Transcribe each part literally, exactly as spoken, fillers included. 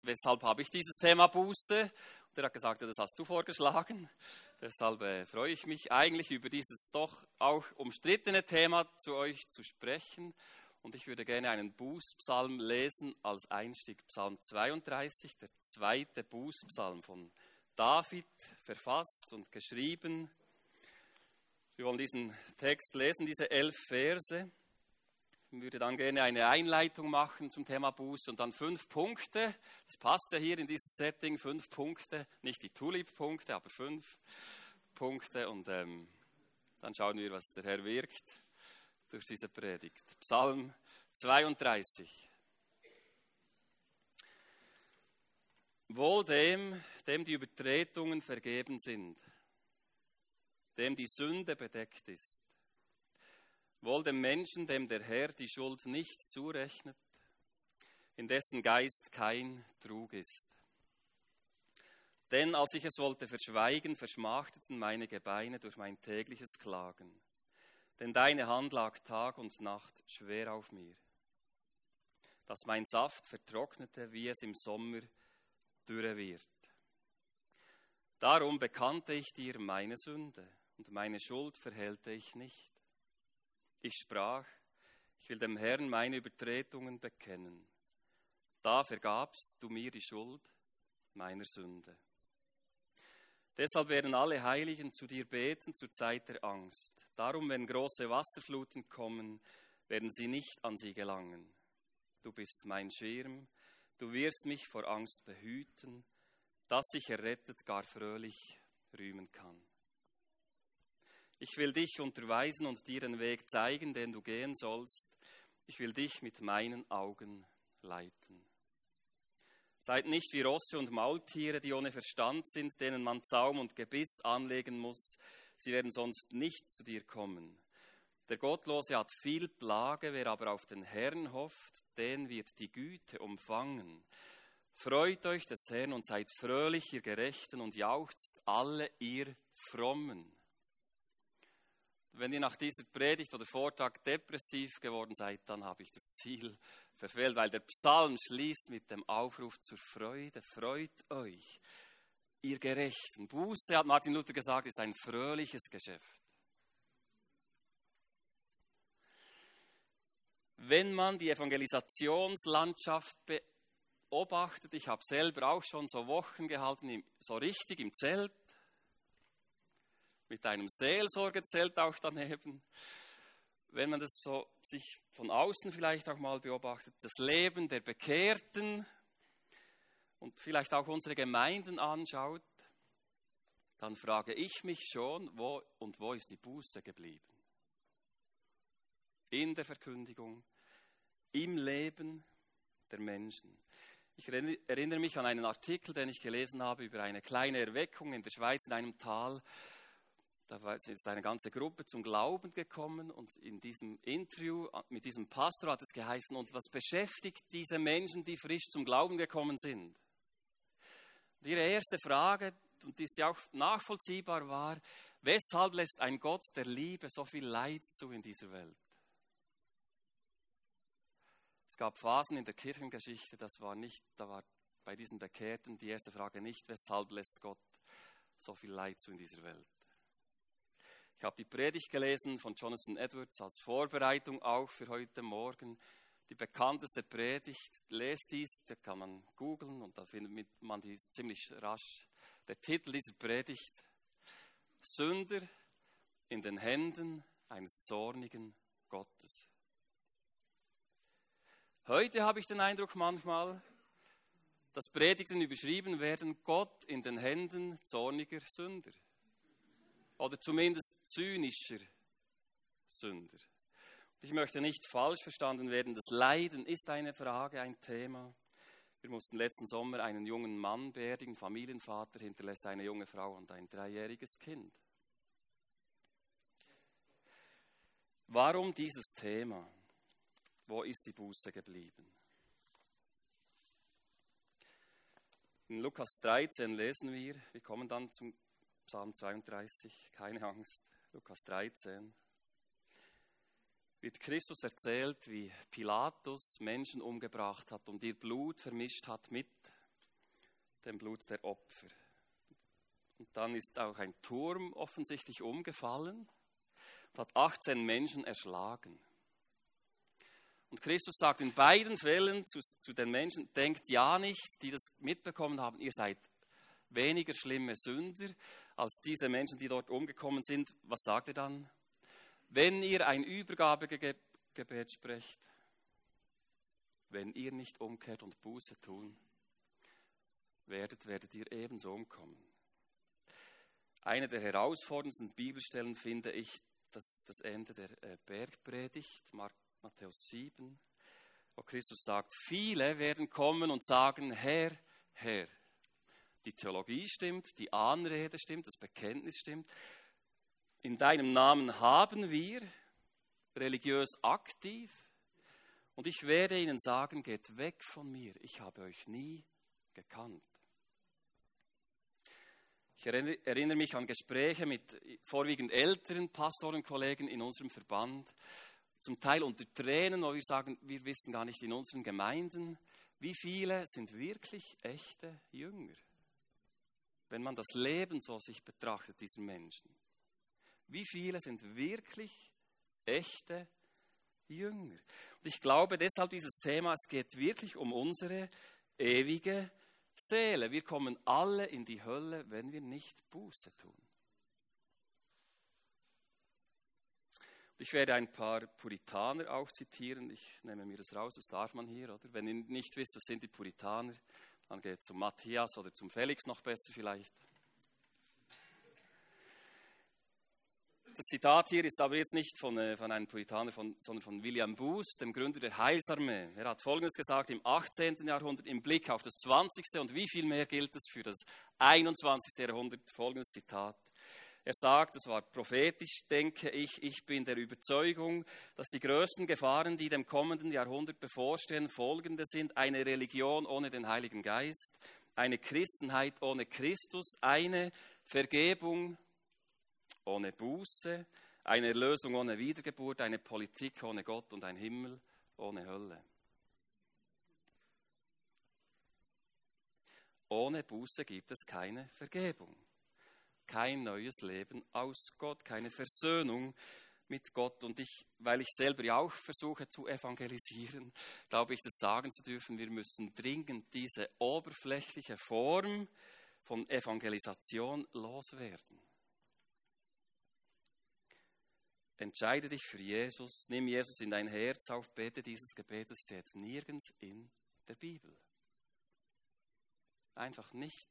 weshalb habe ich dieses Thema Buße? Und er hat gesagt, ja, das hast du vorgeschlagen. Deshalb äh, freue ich mich eigentlich, über dieses doch auch umstrittene Thema zu euch zu sprechen. Und ich würde gerne einen Bußpsalm lesen als Einstieg. Psalm zweiunddreißig, der zweite Bußpsalm von David, verfasst und geschrieben. Wir wollen diesen Text lesen, diese elf Verse. Ich würde dann gerne eine Einleitung machen zum Thema Buße und dann fünf Punkte. Das passt ja hier in dieses Setting, fünf Punkte, nicht die Tulip-Punkte, aber fünf Punkte. Und ähm, dann schauen wir, was der Herr wirkt durch diese Predigt. Psalm zweiunddreißig. Wohl dem, dem die Übertretungen vergeben sind, dem die Sünde bedeckt ist. Wohl dem Menschen, dem der Herr die Schuld nicht zurechnet, in dessen Geist kein Trug ist. Denn als ich es wollte verschweigen, verschmachteten meine Gebeine durch mein tägliches Klagen. Denn deine Hand lag Tag und Nacht schwer auf mir, dass mein Saft vertrocknete, wie es im Sommer dürre wird. Darum bekannte ich dir meine Sünde, und meine Schuld verhehlte ich nicht. Ich sprach, ich will dem Herrn meine Übertretungen bekennen. Da vergabst du mir die Schuld meiner Sünde. Deshalb werden alle Heiligen zu dir beten zur Zeit der Angst. Darum, wenn große Wasserfluten kommen, werden sie nicht an sie gelangen. Du bist mein Schirm, du wirst mich vor Angst behüten, dass ich errettet gar fröhlich rühmen kann. Ich will dich unterweisen und dir den Weg zeigen, den du gehen sollst. Ich will dich mit meinen Augen leiten. Seid nicht wie Rosse und Maultiere, die ohne Verstand sind, denen man Zaum und Gebiss anlegen muss. Sie werden sonst nicht zu dir kommen. Der Gottlose hat viel Plage, wer aber auf den Herrn hofft, den wird die Güte umfangen. Freut euch des Herrn und seid fröhlich, ihr Gerechten, und jauchzt alle, ihr Frommen. Wenn ihr nach dieser Predigt oder Vortrag depressiv geworden seid, dann habe ich das Ziel verfehlt, weil der Psalm schließt mit dem Aufruf zur Freude. Freut euch, ihr Gerechten. Buße, hat Martin Luther gesagt, ist ein fröhliches Geschäft. Wenn man die Evangelisationslandschaft beobachtet, ich habe selber auch schon so Wochen gehalten, so richtig im Zelt, mit einem Seelsorgezelt auch daneben. Wenn man das so sich von außen vielleicht auch mal beobachtet, das Leben der Bekehrten und vielleicht auch unsere Gemeinden anschaut, dann frage ich mich schon, wo und wo ist die Buße geblieben? In der Verkündigung, im Leben der Menschen. Ich erinnere mich an einen Artikel, den ich gelesen habe über eine kleine Erweckung in der Schweiz in einem Tal. Da ist eine ganze Gruppe zum Glauben gekommen und in diesem Interview mit diesem Pastor hat es geheißen, und was beschäftigt diese Menschen, die frisch zum Glauben gekommen sind? Und ihre erste Frage, und die ist ja auch nachvollziehbar, war, weshalb lässt ein Gott der Liebe so viel Leid zu in dieser Welt? Es gab Phasen in der Kirchengeschichte, das war nicht, da war bei diesen Bekehrten die erste Frage nicht, weshalb lässt Gott so viel Leid zu in dieser Welt? Ich habe die Predigt gelesen von Jonathan Edwards als Vorbereitung auch für heute Morgen. Die bekannteste Predigt, lest dies, da kann man googeln und da findet man die ziemlich rasch. Der Titel dieser Predigt, Sünder in den Händen eines zornigen Gottes. Heute habe ich den Eindruck manchmal, dass Predigten überschrieben werden, Gott in den Händen zorniger Sünder. Oder zumindest zynischer Sünder. Und ich möchte nicht falsch verstanden werden, das Leiden ist eine Frage, ein Thema. Wir mussten letzten Sommer einen jungen Mann beerdigen, Familienvater, hinterlässt eine junge Frau und ein dreijähriges Kind. Warum dieses Thema? Wo ist die Buße geblieben? In Lukas dreizehn lesen wir, wir kommen dann zum Psalm zweiunddreißig, keine Angst, Lukas dreizehn, wird Christus erzählt, wie Pilatus Menschen umgebracht hat und ihr Blut vermischt hat mit dem Blut der Opfer. Und dann ist auch ein Turm offensichtlich umgefallen und hat achtzehn Menschen erschlagen. Und Christus sagt in beiden Fällen zu, zu den Menschen, denkt ja nicht, die das mitbekommen haben, ihr seid weniger schlimme Sünder als diese Menschen, die dort umgekommen sind. Was sagt er dann? Wenn ihr ein Übergabegebet sprecht, wenn ihr nicht umkehrt und Buße tun werdet, werdet ihr ebenso umkommen. Eine der herausforderndsten Bibelstellen finde ich das, das Ende der äh, Bergpredigt, Matthäus sieben, wo Christus sagt, viele werden kommen und sagen, Herr, Herr. Die Theologie stimmt, die Anrede stimmt, das Bekenntnis stimmt. In deinem Namen haben wir, religiös aktiv, und ich werde ihnen sagen, geht weg von mir, ich habe euch nie gekannt. Ich erinnere mich an Gespräche mit vorwiegend älteren Pastorenkollegen in unserem Verband, zum Teil unter Tränen, wo wir sagen, wir wissen gar nicht in unseren Gemeinden, wie viele sind wirklich echte Jünger. Wenn man das Leben so sich betrachtet, diesen Menschen. Wie viele sind wirklich echte Jünger? Und ich glaube deshalb dieses Thema, es geht wirklich um unsere ewige Seele. Wir kommen alle in die Hölle, wenn wir nicht Buße tun. Und ich werde ein paar Puritaner auch zitieren. Ich nehme mir das raus, das darf man hier, oder? Wenn ihr nicht wisst, was sind die Puritaner, dann geht es zum Matthias oder zum Felix noch besser vielleicht. Das Zitat hier ist aber jetzt nicht von, äh, von einem Puritaner, von, sondern von William Booth, dem Gründer der Heilsarmee. Er hat Folgendes gesagt, im achtzehnten Jahrhundert im Blick auf das zwanzigste und wie viel mehr gilt es für das einundzwanzigste Jahrhundert, folgendes Zitat. Er sagt, das war prophetisch, denke ich, ich bin der Überzeugung, dass die größten Gefahren, die dem kommenden Jahrhundert bevorstehen, folgende sind: eine Religion ohne den Heiligen Geist, eine Christenheit ohne Christus, eine Vergebung ohne Buße, eine Erlösung ohne Wiedergeburt, eine Politik ohne Gott und ein Himmel ohne Hölle. Ohne Buße gibt es keine Vergebung. Kein neues Leben aus Gott, keine Versöhnung mit Gott. Und ich, weil ich selber ja auch versuche zu evangelisieren, glaube ich, das sagen zu dürfen, wir müssen dringend diese oberflächliche Form von Evangelisation loswerden. Entscheide dich für Jesus, nimm Jesus in dein Herz auf, bete dieses Gebet, es steht nirgends in der Bibel. Einfach nicht.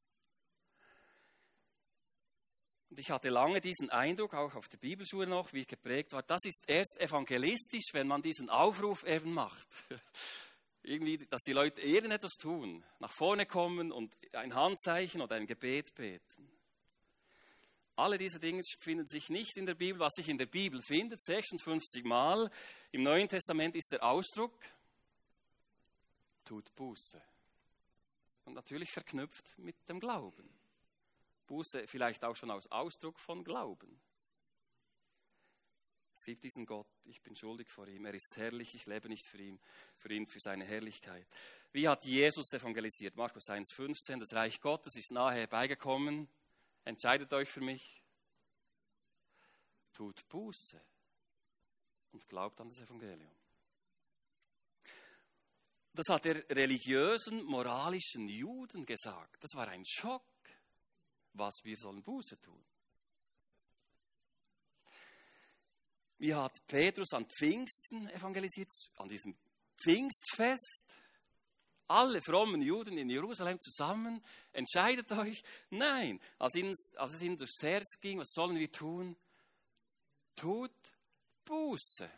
Und ich hatte lange diesen Eindruck, auch auf der Bibelschule noch, wie ich geprägt war, das ist erst evangelistisch, wenn man diesen Aufruf eben macht. Irgendwie, dass die Leute irgendetwas tun, nach vorne kommen und ein Handzeichen oder ein Gebet beten. Alle diese Dinge finden sich nicht in der Bibel. Was sich in der Bibel findet, sechsundfünfzig Mal im Neuen Testament, ist der Ausdruck, tut Buße. Und natürlich verknüpft mit dem Glauben. Buße vielleicht auch schon als Ausdruck von Glauben. Es gibt diesen Gott, ich bin schuldig vor ihm, er ist herrlich, ich lebe nicht für ihn, für ihn, für seine Herrlichkeit. Wie hat Jesus evangelisiert? Markus eins fünfzehn, das Reich Gottes ist nahe herbeigekommen, entscheidet euch für mich, tut Buße und glaubt an das Evangelium. Das hat der religiösen, moralischen Juden gesagt. Das war ein Schock. Was, wir sollen Buße tun. Wie hat Petrus an Pfingsten evangelisiert, an diesem Pfingstfest? Alle frommen Juden in Jerusalem zusammen, entscheidet euch. Nein, als, ihnen, als es ihnen durchs Herz ging, was sollen wir tun? Tut Buße.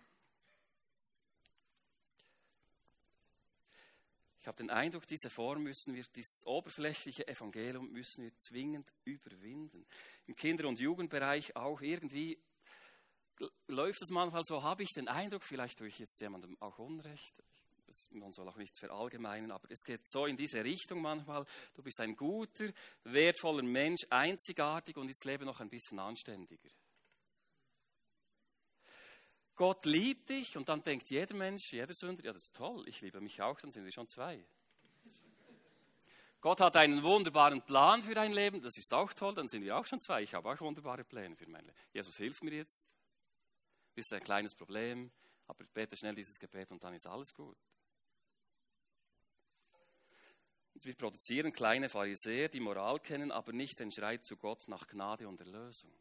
Ich habe den Eindruck, diese Form müssen wir, dieses oberflächliche Evangelium müssen wir zwingend überwinden. Im Kinder- und Jugendbereich auch irgendwie läuft es manchmal so, habe ich den Eindruck, vielleicht tue ich jetzt jemandem auch Unrecht, man soll auch nicht verallgemeinern, aber es geht so in diese Richtung manchmal, du bist ein guter, wertvoller Mensch, einzigartig und jetzt lebe noch ein bisschen anständiger. Gott liebt dich und dann denkt jeder Mensch, jeder Sünder, ja das ist toll, ich liebe mich auch, dann sind wir schon zwei. Gott hat einen wunderbaren Plan für dein Leben, das ist auch toll, dann sind wir auch schon zwei. Ich habe auch wunderbare Pläne für mein Leben. Jesus, hilf mir jetzt. Das ist ein kleines Problem, aber bete schnell dieses Gebet und dann ist alles gut. Und wir produzieren kleine Pharisäer, die Moral kennen, aber nicht den Schrei zu Gott nach Gnade und Erlösung.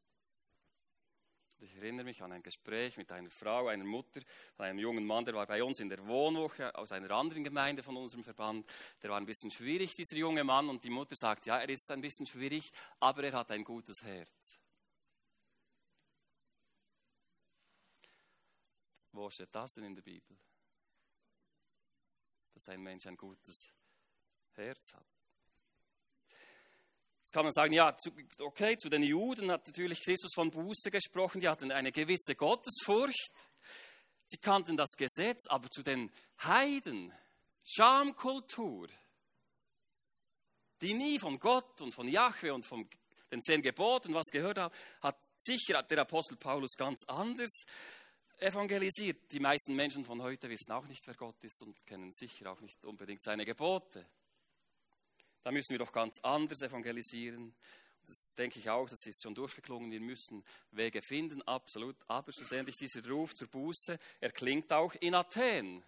Ich erinnere mich an ein Gespräch mit einer Frau, einer Mutter, einem jungen Mann, der war bei uns in der Wohnwoche aus einer anderen Gemeinde von unserem Verband. Der war ein bisschen schwierig, dieser junge Mann, und die Mutter sagt, ja, er ist ein bisschen schwierig, aber er hat ein gutes Herz. Wo steht das denn in der Bibel? Dass ein Mensch ein gutes Herz hat. Jetzt kann man sagen, ja, zu, okay, zu den Juden hat natürlich Christus von Buße gesprochen, die hatten eine gewisse Gottesfurcht, sie kannten das Gesetz, aber zu den Heiden, Schamkultur, die nie von Gott und von Jahwe und von den zehn Geboten was gehört haben, hat sicher der Apostel Paulus ganz anders evangelisiert. Die meisten Menschen von heute wissen auch nicht, wer Gott ist und kennen sicher auch nicht unbedingt seine Gebote. Da müssen wir doch ganz anders evangelisieren. Das denke ich auch, das ist schon durchgeklungen. Wir müssen Wege finden, absolut. Aber schlussendlich dieser Ruf zur Buße, er klingt auch in Athen.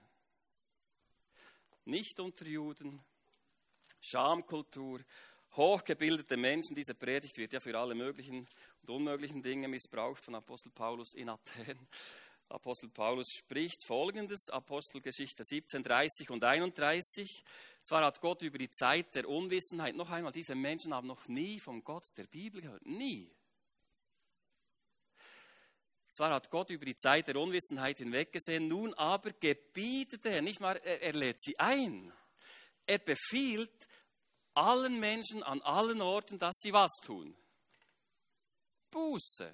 Nicht unter Juden, Schamkultur, hochgebildete Menschen. Diese Predigt wird ja für alle möglichen und unmöglichen Dinge missbraucht von Apostel Paulus in Athen. Apostel Paulus spricht Folgendes, Apostelgeschichte siebzehn, dreißig und einunddreißig. Zwar hat Gott über die Zeit der Unwissenheit, noch einmal, diese Menschen haben noch nie vom Gott der Bibel gehört, nie. Zwar hat Gott über die Zeit der Unwissenheit hinweggesehen, nun aber gebietet er, nicht mal, er, er lädt sie ein. Er befiehlt allen Menschen an allen Orten, dass sie was tun? Buße.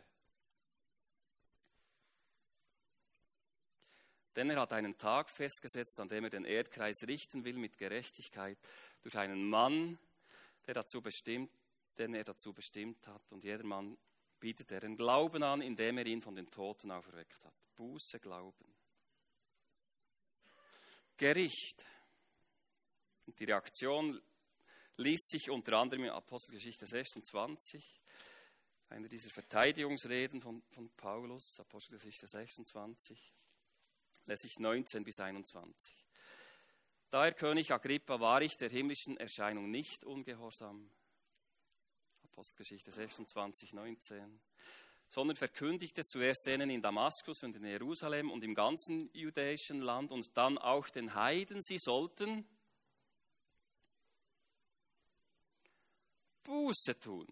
Denn er hat einen Tag festgesetzt, an dem er den Erdkreis richten will mit Gerechtigkeit durch einen Mann, der dazu bestimmt, den er dazu bestimmt hat. Und jedermann bietet er den Glauben an, indem er ihn von den Toten auferweckt hat. Buße, Glauben. Gericht. Und die Reaktion liest sich unter anderem in Apostelgeschichte sechsundzwanzig, einer dieser Verteidigungsreden von, von Paulus, Apostelgeschichte sechsundzwanzig. Lese ich neunzehn bis einundzwanzig. Daher, König Agrippa, war ich der himmlischen Erscheinung nicht ungehorsam. Apostelgeschichte sechsundzwanzig, neunzehn. Sondern verkündigte zuerst denen in Damaskus und in Jerusalem und im ganzen jüdischen Land und dann auch den Heiden, sie sollten Buße tun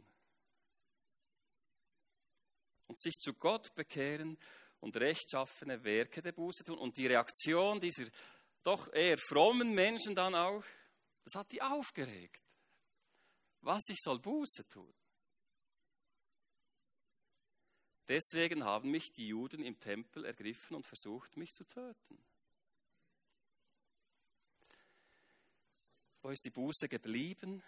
und sich zu Gott bekehren und rechtschaffene Werke der Buße tun. Und die Reaktion dieser doch eher frommen Menschen dann auch, das hat die aufgeregt. Was, ich soll Buße tun? Deswegen haben mich die Juden im Tempel ergriffen und versucht, mich zu töten. Wo ist die Buße geblieben?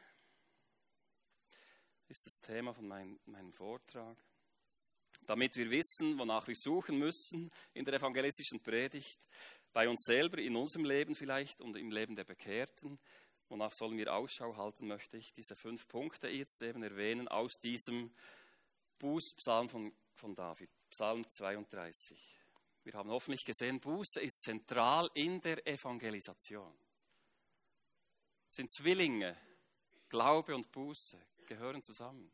Das ist das Thema von mein, meinem Vortrag. Damit wir wissen, wonach wir suchen müssen in der evangelistischen Predigt, bei uns selber, in unserem Leben vielleicht und im Leben der Bekehrten, wonach sollen wir Ausschau halten, möchte ich diese fünf Punkte jetzt eben erwähnen aus diesem Bußpsalm von, von David, Psalm zweiunddreißig. Wir haben hoffentlich gesehen, Buße ist zentral in der Evangelisation. Es sind Zwillinge, Glaube und Buße gehören zusammen.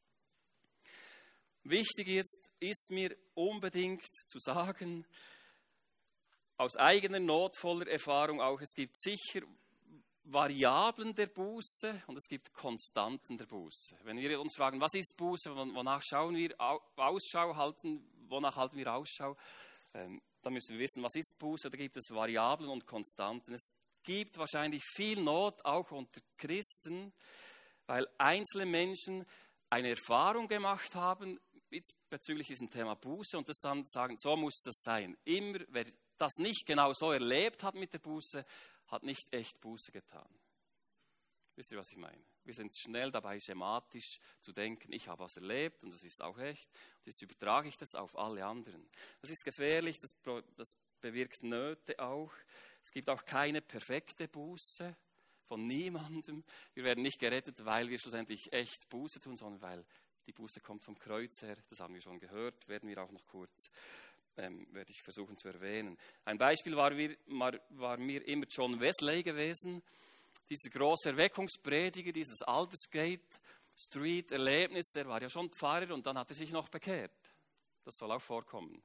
Wichtig jetzt ist mir unbedingt zu sagen, aus eigener notvoller Erfahrung auch, es gibt sicher Variablen der Buße und es gibt Konstanten der Buße. Wenn wir uns fragen, was ist Buße, wonach schauen wir Ausschau halten, wonach halten wir Ausschau, ähm, dann müssen wir wissen, was ist Buße, da gibt es Variablen und Konstanten. Es gibt wahrscheinlich viel Not auch unter Christen, weil einzelne Menschen eine Erfahrung gemacht haben, bezüglich diesem Thema Buße und das dann sagen, so muss das sein. Immer, wer das nicht genau so erlebt hat mit der Buße, hat nicht echt Buße getan. Wisst ihr, was ich meine? Wir sind schnell dabei, schematisch zu denken, ich habe was erlebt und das ist auch echt. Und jetzt übertrage ich das auf alle anderen. Das ist gefährlich, das, das bewirkt Nöte auch. Es gibt auch keine perfekte Buße. von niemandem. Wir werden nicht gerettet, weil wir schlussendlich echt Buße tun, sondern weil die Buße kommt vom Kreuz her. Das haben wir schon gehört, werden wir auch noch kurz, ähm, werde ich versuchen zu erwähnen. Ein Beispiel war, wir, war, war mir immer John Wesley gewesen, dieser große Erweckungsprediger, dieses Aldersgate Street Erlebnis, der war ja schon Pfarrer und dann hat er sich noch bekehrt. Das soll auch vorkommen.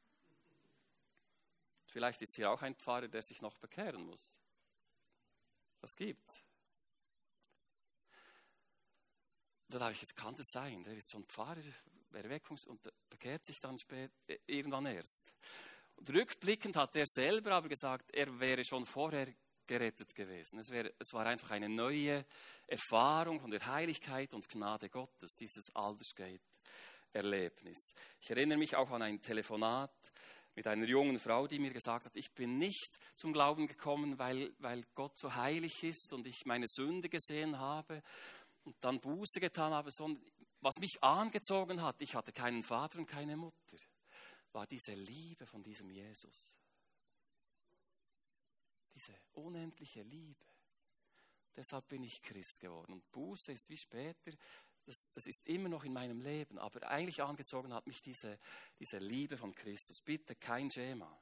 Vielleicht ist hier auch ein Pfarrer, der sich noch bekehren muss. Das gibt's. Da habe ich gedacht, kann das sein? Der ist schon Pfarrer, Erweckungs- und bekehrt sich dann spät, irgendwann erst. Und rückblickend hat er selber aber gesagt, er wäre schon vorher gerettet gewesen. Es, wäre, es war einfach eine neue Erfahrung von der Heiligkeit und Gnade Gottes, dieses Aldersgate-Erlebnis. Ich erinnere mich auch an ein Telefonat mit einer jungen Frau, die mir gesagt hat, ich bin nicht zum Glauben gekommen, weil, weil Gott so heilig ist und ich meine Sünde gesehen habe und dann Buße getan habe, sondern was mich angezogen hat, ich hatte keinen Vater und keine Mutter, war diese Liebe von diesem Jesus. Diese unendliche Liebe. Deshalb bin ich Christ geworden. Und Buße ist wie später, das, das ist immer noch in meinem Leben, aber eigentlich angezogen hat mich diese, diese Liebe von Christus. Bitte kein Schema.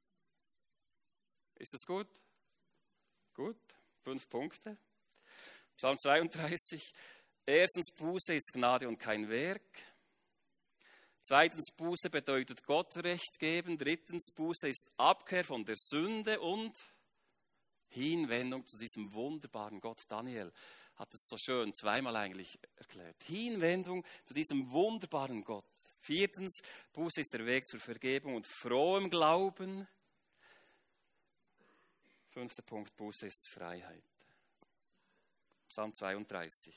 Ist das gut? Gut. Fünf Punkte. Psalm zweiunddreißig. Erstens, Buße ist Gnade und kein Werk. Zweitens, Buße bedeutet Gott Recht geben. Drittens, Buße ist Abkehr von der Sünde und Hinwendung zu diesem wunderbaren Gott. Daniel hat es so schön zweimal eigentlich erklärt. Hinwendung zu diesem wunderbaren Gott. Viertens, Buße ist der Weg zur Vergebung und frohem Glauben. Fünfter Punkt, Buße ist Freiheit. Psalm zweiunddreißig.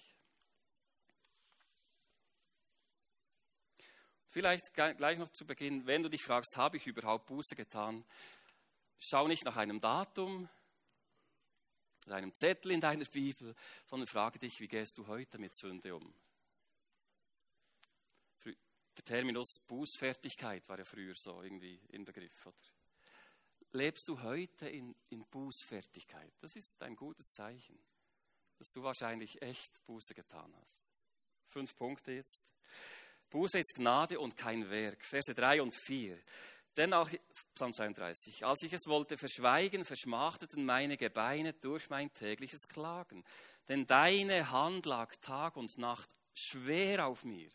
Vielleicht gleich noch zu Beginn, wenn du dich fragst, habe ich überhaupt Buße getan? Schau nicht nach einem Datum, einem Zettel in deiner Bibel, sondern frage dich, wie gehst du heute mit Sünde um? Der Terminus Bußfertigkeit war ja früher so irgendwie im Begriff, oder? Lebst du heute in, in Bußfertigkeit? Das ist ein gutes Zeichen, dass du wahrscheinlich echt Buße getan hast. Fünf Punkte jetzt. Buße ist Gnade und kein Werk. Verse drei und vier. Denn auch, Psalm zweiunddreißig, als ich es wollte verschweigen, verschmachteten meine Gebeine durch mein tägliches Klagen. Denn deine Hand lag Tag und Nacht schwer auf mir.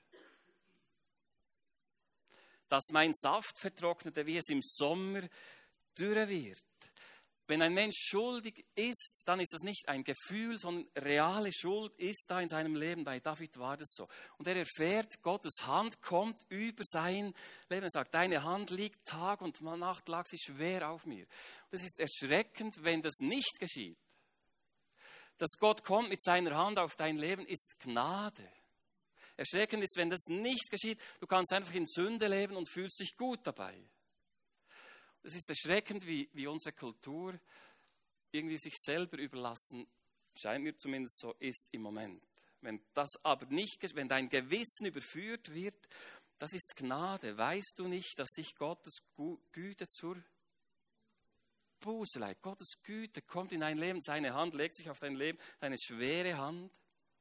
Dass mein Saft vertrocknete, wie es im Sommer dürre wird. Wenn ein Mensch schuldig ist, dann ist das nicht ein Gefühl, sondern reale Schuld ist da in seinem Leben. Bei David war das so. Und er erfährt, Gottes Hand kommt über sein Leben. Er sagt, deine Hand liegt Tag und Nacht lag sie schwer auf mir. Das ist erschreckend, wenn das nicht geschieht. Dass Gott kommt mit seiner Hand auf dein Leben, ist Gnade. Erschreckend ist, wenn das nicht geschieht. Du kannst einfach in Sünde leben und fühlst dich gut dabei. Es ist erschreckend, wie, wie unsere Kultur irgendwie sich selber überlassen, scheint mir zumindest so, ist im Moment. Wenn das aber nicht, wenn dein Gewissen überführt wird, das ist Gnade. Weißt du nicht, dass dich Gottes Güte zur Buße leitet? Gottes Güte kommt in dein Leben, seine Hand legt sich auf dein Leben, seine schwere Hand.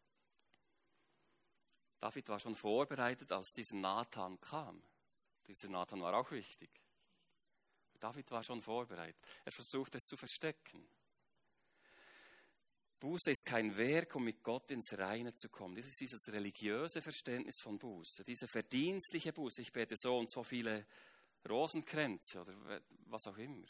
David war schon vorbereitet, als dieser Nathan kam. Dieser Nathan war auch wichtig. David war schon vorbereitet. Er versucht es zu verstecken. Buße ist kein Werk, um mit Gott ins Reine zu kommen. Das ist dieses religiöse Verständnis von Buße, diese verdienstliche Buße. Ich bete so und so viele Rosenkränze oder was auch immer.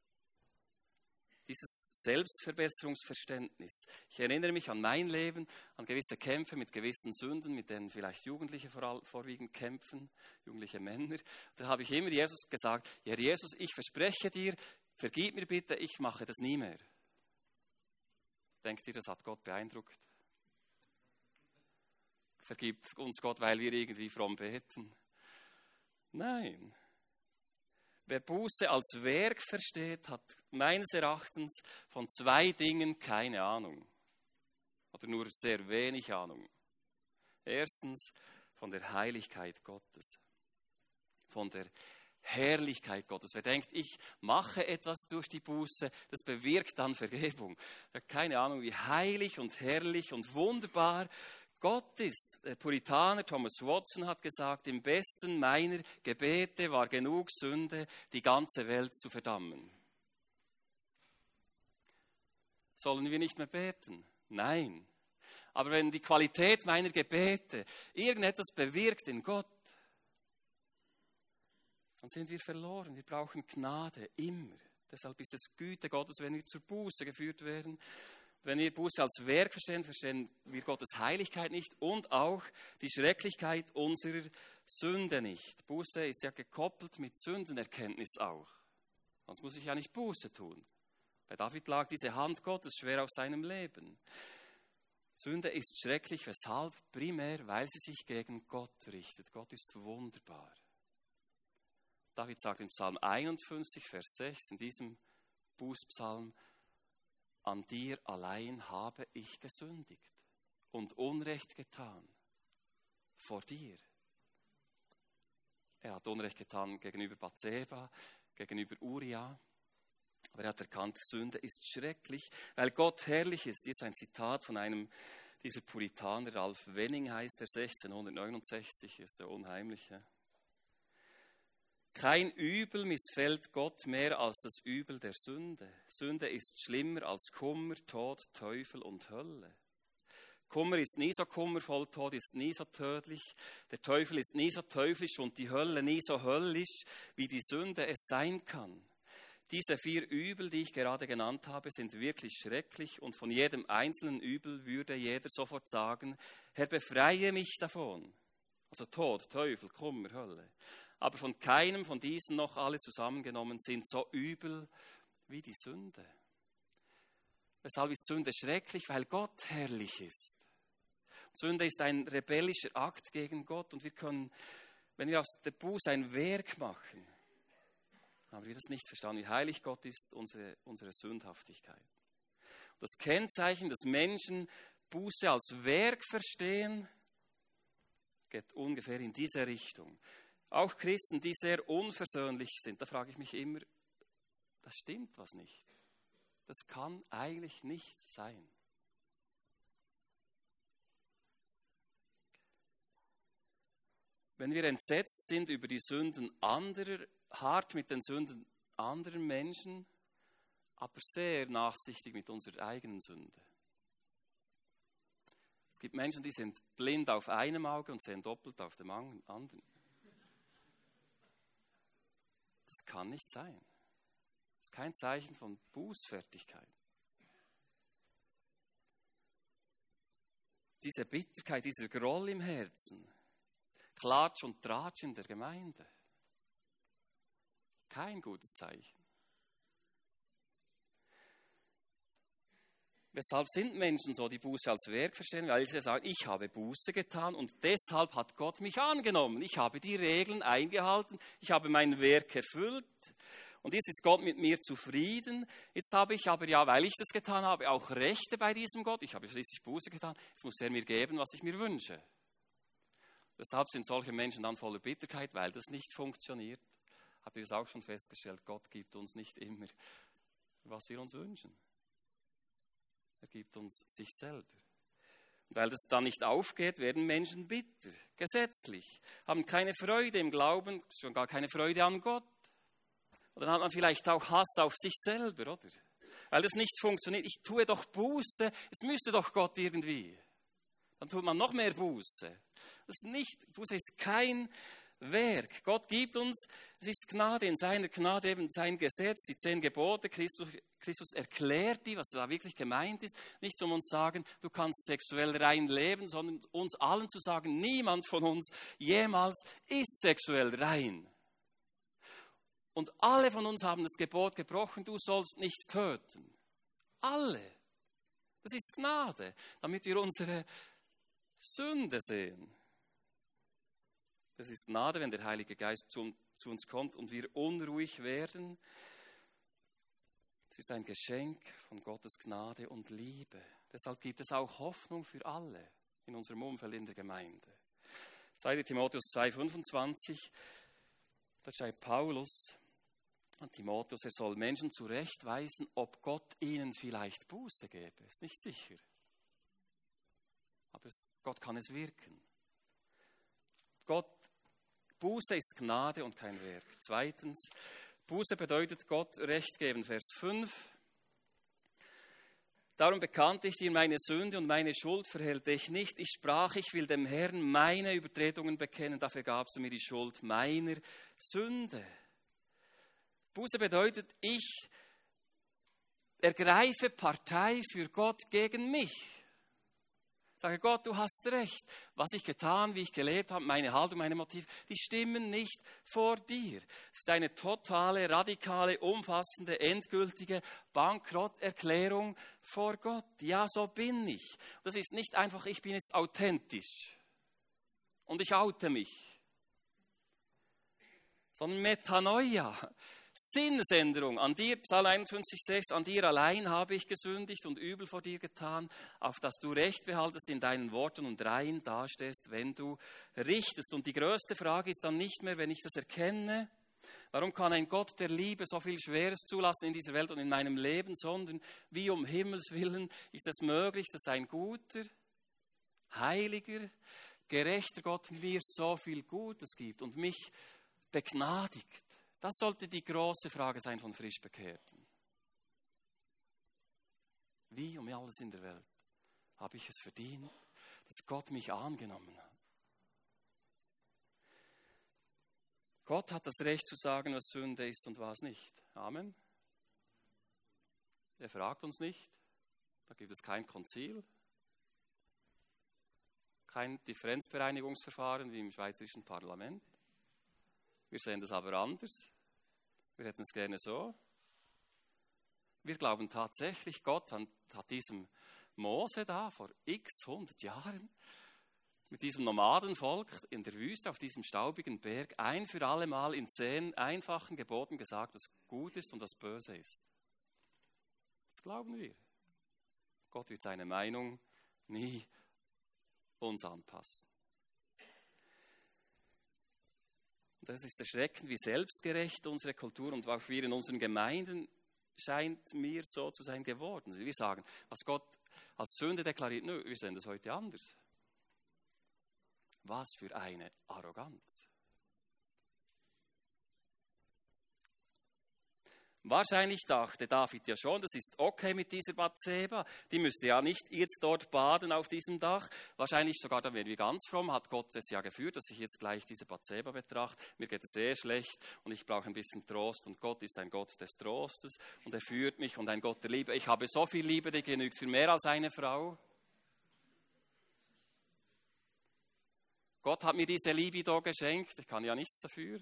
Dieses Selbstverbesserungsverständnis. Ich erinnere mich an mein Leben, an gewisse Kämpfe mit gewissen Sünden, mit denen vielleicht Jugendliche vor, vorwiegend kämpfen, jugendliche Männer. Da habe ich immer Jesus gesagt, Herr Jesus, ich verspreche dir, vergib mir bitte, ich mache das nie mehr. Denkt ihr, das hat Gott beeindruckt? Vergibt uns Gott, weil wir irgendwie fromm beten? Nein. Wer Buße als Werk versteht, hat meines Erachtens von zwei Dingen keine Ahnung. Oder nur sehr wenig Ahnung. Erstens von der Heiligkeit Gottes. Von der Herrlichkeit Gottes. Wer denkt, ich mache etwas durch die Buße, das bewirkt dann Vergebung. Keine Ahnung, wie heilig und herrlich und wunderbar Gott ist. Der Puritaner Thomas Watson hat gesagt, im besten meiner Gebete war genug Sünde, die ganze Welt zu verdammen. Sollen wir nicht mehr beten? Nein. Aber wenn die Qualität meiner Gebete irgendetwas bewirkt in Gott, dann sind wir verloren. Wir brauchen Gnade immer. Deshalb ist es Güte Gottes, wenn wir zur Buße geführt werden. Wenn wir Buße als Werk verstehen, verstehen wir Gottes Heiligkeit nicht und auch die Schrecklichkeit unserer Sünde nicht. Buße ist ja gekoppelt mit Sündenerkenntnis auch. Sonst muss ich ja nicht Buße tun. Bei David lag diese Hand Gottes schwer auf seinem Leben. Sünde ist schrecklich, weshalb? Primär, weil sie sich gegen Gott richtet. Gott ist wunderbar. David sagt im Psalm einundfünfzig, Vers sechs, in diesem Bußpsalm, an dir allein habe ich gesündigt und Unrecht getan vor dir. Er hat Unrecht getan gegenüber Bathseba, gegenüber Uria. Aber er hat erkannt, Sünde ist schrecklich, weil Gott herrlich ist. Hier ist ein Zitat von einem dieser Puritaner, Ralph Wenning heißt er, sechzehnhundertneunundsechzig, ist der Unheimliche. Kein Übel missfällt Gott mehr als das Übel der Sünde. Sünde ist schlimmer als Kummer, Tod, Teufel und Hölle. Kummer ist nie so kummervoll, Tod ist nie so tödlich, der Teufel ist nie so teuflisch und die Hölle nie so höllisch, wie die Sünde es sein kann. Diese vier Übel, die ich gerade genannt habe, sind wirklich schrecklich und von jedem einzelnen Übel würde jeder sofort sagen, Herr, befreie mich davon. Also Tod, Teufel, Kummer, Hölle. Aber von keinem von diesen noch alle zusammengenommen sind so übel wie die Sünde. Weshalb ist Sünde schrecklich? Weil Gott herrlich ist. Sünde ist ein rebellischer Akt gegen Gott und wir können, wenn wir aus der Buße ein Werk machen, haben wir das nicht verstanden, wie heilig Gott ist, unsere, unsere Sündhaftigkeit. Das Kennzeichen, dass Menschen Buße als Werk verstehen, geht ungefähr in diese Richtung. Auch Christen, die sehr unversöhnlich sind, da frage ich mich immer, das stimmt was nicht. Das kann eigentlich nicht sein. Wenn wir entsetzt sind über die Sünden anderer, hart mit den Sünden anderer Menschen, aber sehr nachsichtig mit unserer eigenen Sünde. Es gibt Menschen, die sind blind auf einem Auge und sehen doppelt auf dem anderen. Das kann nicht sein. Das ist kein Zeichen von Bußfertigkeit. Diese Bitterkeit, dieser Groll im Herzen, Klatsch und Tratsch in der Gemeinde. Kein gutes Zeichen. Weshalb sind Menschen so, die Buße als Werk verstehen? Weil sie sagen, ich habe Buße getan und deshalb hat Gott mich angenommen. Ich habe die Regeln eingehalten, ich habe mein Werk erfüllt und jetzt ist Gott mit mir zufrieden. Jetzt habe ich aber ja, weil ich das getan habe, auch Rechte bei diesem Gott. Ich habe schließlich Buße getan, jetzt muss er mir geben, was ich mir wünsche. Deshalb sind solche Menschen dann voller Bitterkeit, weil das nicht funktioniert. Habt ihr das auch schon festgestellt? Gott gibt uns nicht immer, was wir uns wünschen. Er gibt uns sich selber. Und weil das dann nicht aufgeht, werden Menschen bitter, gesetzlich, haben keine Freude im Glauben, schon gar keine Freude an Gott. Und dann hat man vielleicht auch Hass auf sich selber, oder? Weil das nicht funktioniert. Ich tue doch Buße, jetzt müsste doch Gott irgendwie. Dann tut man noch mehr Buße. Das ist nicht, Buße ist kein Werk. Gott gibt uns, es ist Gnade, in seiner Gnade eben sein Gesetz, die zehn Gebote. Christus, Christus erklärt die, was da wirklich gemeint ist. Nicht um uns zu sagen, du kannst sexuell rein leben, sondern uns allen zu sagen, niemand von uns jemals ist sexuell rein. Und alle von uns haben das Gebot gebrochen, du sollst nicht töten. Alle. Das ist Gnade, damit wir unsere Sünde sehen. Das ist Gnade, wenn der Heilige Geist zu, zu uns kommt und wir unruhig werden. Es ist ein Geschenk von Gottes Gnade und Liebe. Deshalb gibt es auch Hoffnung für alle in unserem Umfeld in der Gemeinde. zweiter Timotheus zwei, fünfundzwanzig. Da schreibt Paulus an Timotheus, er soll Menschen zurechtweisen, ob Gott ihnen vielleicht Buße gebe. Ist nicht sicher. Aber es, Gott kann es wirken. Gott, Buße ist Gnade und kein Werk. Zweitens, Buße bedeutet Gott Recht geben. Vers fünf. Darum bekannte ich dir meine Sünde und meine Schuld verhehlte ich nicht. Ich sprach, ich will dem Herrn meine Übertretungen bekennen. Dafür gabst du mir die Schuld meiner Sünde. Buße bedeutet, ich ergreife Partei für Gott gegen mich. Ich sage, Gott, du hast recht. Was ich getan, wie ich gelebt habe, meine Haltung, meine Motive, die stimmen nicht vor dir. Es ist eine totale, radikale, umfassende, endgültige Bankrotterklärung vor Gott. Ja, so bin ich. Das ist nicht einfach, ich bin jetzt authentisch und ich oute mich, sondern Metanoia. Sinnesänderung. An dir, Psalm einundfünfzig, sechs, an dir allein habe ich gesündigt und übel vor dir getan, auf dass du Recht behaltest in deinen Worten und rein dastehst, wenn du richtest. Und die größte Frage ist dann nicht mehr, wenn ich das erkenne, warum kann ein Gott der Liebe so viel Schweres zulassen in dieser Welt und in meinem Leben, sondern wie um Himmels Willen ist es möglich, dass ein guter, heiliger, gerechter Gott mir so viel Gutes gibt und mich begnadigt. Das sollte die große Frage sein von Frischbekehrten. Wie um alles in der Welt habe ich es verdient, dass Gott mich angenommen hat? Gott hat das Recht zu sagen, was Sünde ist und was nicht. Amen. Er fragt uns nicht. Da gibt es kein Konzil, kein Differenzbereinigungsverfahren wie im Schweizerischen Parlament. Wir sehen das aber anders. Wir hätten es gerne so. Wir glauben tatsächlich, Gott hat, hat diesem Mose da vor x hundert Jahren mit diesem Nomadenvolk in der Wüste auf diesem staubigen Berg ein für alle Mal in zehn einfachen Geboten gesagt, was gut ist und was böse ist. Das glauben wir. Gott wird seine Meinung nie uns anpassen. Das ist erschreckend, wie selbstgerecht unsere Kultur und auch wir in unseren Gemeinden scheint mir so zu sein geworden. Wir sagen, was Gott als Sünde deklariert, nö, wir sehen das heute anders. Was für eine Arroganz. Wahrscheinlich dachte David ja schon, das ist okay mit dieser Bathseba, die müsste ja nicht jetzt dort baden auf diesem Dach. Wahrscheinlich sogar, da wären wir ganz fromm, hat Gott es ja geführt, dass ich jetzt gleich diese Bathseba betrachte. Mir geht es sehr schlecht und ich brauche ein bisschen Trost und Gott ist ein Gott des Trostes und er führt mich und ein Gott der Liebe. Ich habe so viel Liebe, die genügt für mehr als eine Frau. Gott hat mir diese Libido geschenkt, ich kann ja nichts dafür.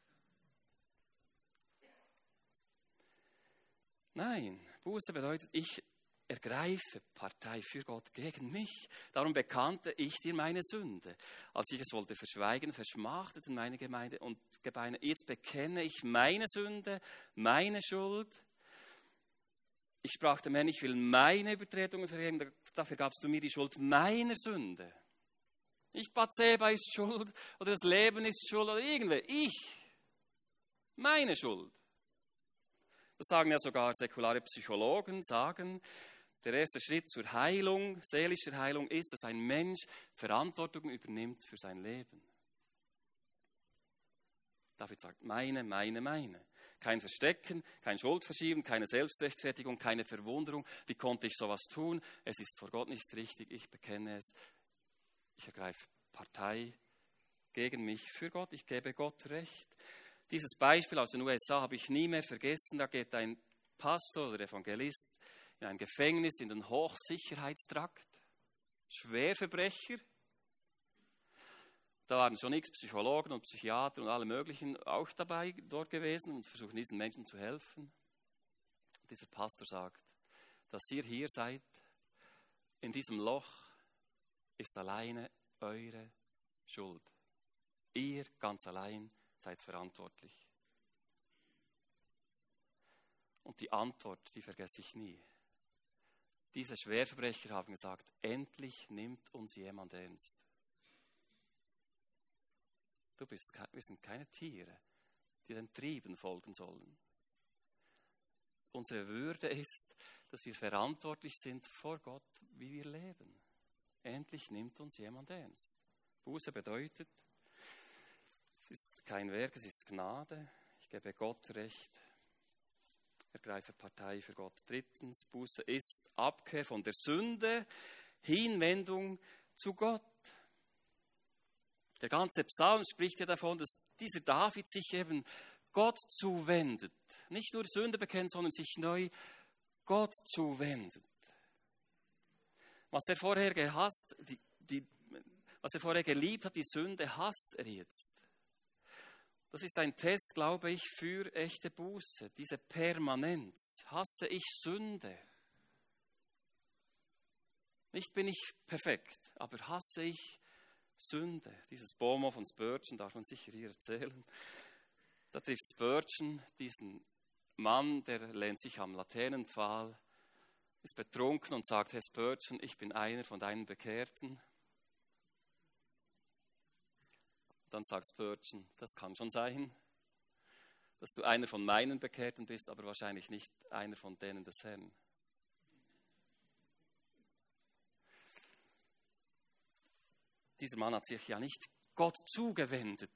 Nein, Buße bedeutet, ich ergreife Partei für Gott gegen mich. Darum bekannte ich dir meine Sünde. Als ich es wollte verschweigen, verschmachteten meine Gemeinde und Gebeine. Jetzt bekenne ich meine Sünde, meine Schuld. Ich sprach dem Herrn, ich will meine Übertretungen vergeben. Dafür gabst du mir die Schuld meiner Sünde. Nicht Bathseba ist schuld oder das Leben ist schuld oder irgendwer. Ich, meine Schuld. Das sagen ja sogar säkulare Psychologen, sagen, der erste Schritt zur Heilung, seelischer Heilung ist, dass ein Mensch Verantwortung übernimmt für sein Leben. David sagt, meine, meine, meine. Kein Verstecken, kein Schuldverschieben, keine Selbstrechtfertigung, keine Verwunderung. Wie konnte ich sowas tun? Es ist vor Gott nicht richtig, ich bekenne es. Ich ergreife Partei gegen mich für Gott, ich gebe Gott Recht. Dieses Beispiel aus den U S A habe ich nie mehr vergessen. Da geht ein Pastor oder Evangelist in ein Gefängnis, in den Hochsicherheitstrakt. Schwerverbrecher. Da waren schon x Psychologen und Psychiater und alle möglichen auch dabei dort gewesen und versuchen diesen Menschen zu helfen. Und dieser Pastor sagt, dass ihr hier seid, in diesem Loch ist alleine eure Schuld. Ihr ganz allein seid verantwortlich. Und die Antwort, die vergesse ich nie. Diese Schwerverbrecher haben gesagt, endlich nimmt uns jemand ernst. Du bist, wir sind keine Tiere. die den Trieben folgen sollen. Unsere Würde ist, dass wir verantwortlich sind vor Gott, wie wir leben. Endlich nimmt uns jemand ernst. Buße bedeutet, es ist kein Werk, es ist Gnade. Ich gebe Gott Recht. Ergreife Partei für Gott. Drittens, Buße ist Abkehr von der Sünde, Hinwendung zu Gott. Der ganze Psalm spricht ja davon, dass dieser David sich eben Gott zuwendet. Nicht nur Sünde bekennt, sondern sich neu Gott zuwendet. Was er vorher gehasst, die, die, was er vorher geliebt hat, die Sünde, hasst er jetzt. Das ist ein Test, glaube ich, für echte Buße, diese Permanenz. Hasse ich Sünde? Nicht bin ich perfekt, aber hasse ich Sünde? Dieses Beaumont von Spurgeon darf man sicher hier erzählen. Da trifft Spurgeon diesen Mann, der lehnt sich am Laternenpfahl, ist betrunken und sagt, Herr Spurgeon, ich bin einer von deinen Bekehrten. Dann sagt Spurgeon, das kann schon sein, dass du einer von meinen Bekehrten bist, aber wahrscheinlich nicht einer von denen des Herrn. Dieser Mann hat sich ja nicht Gott zugewendet.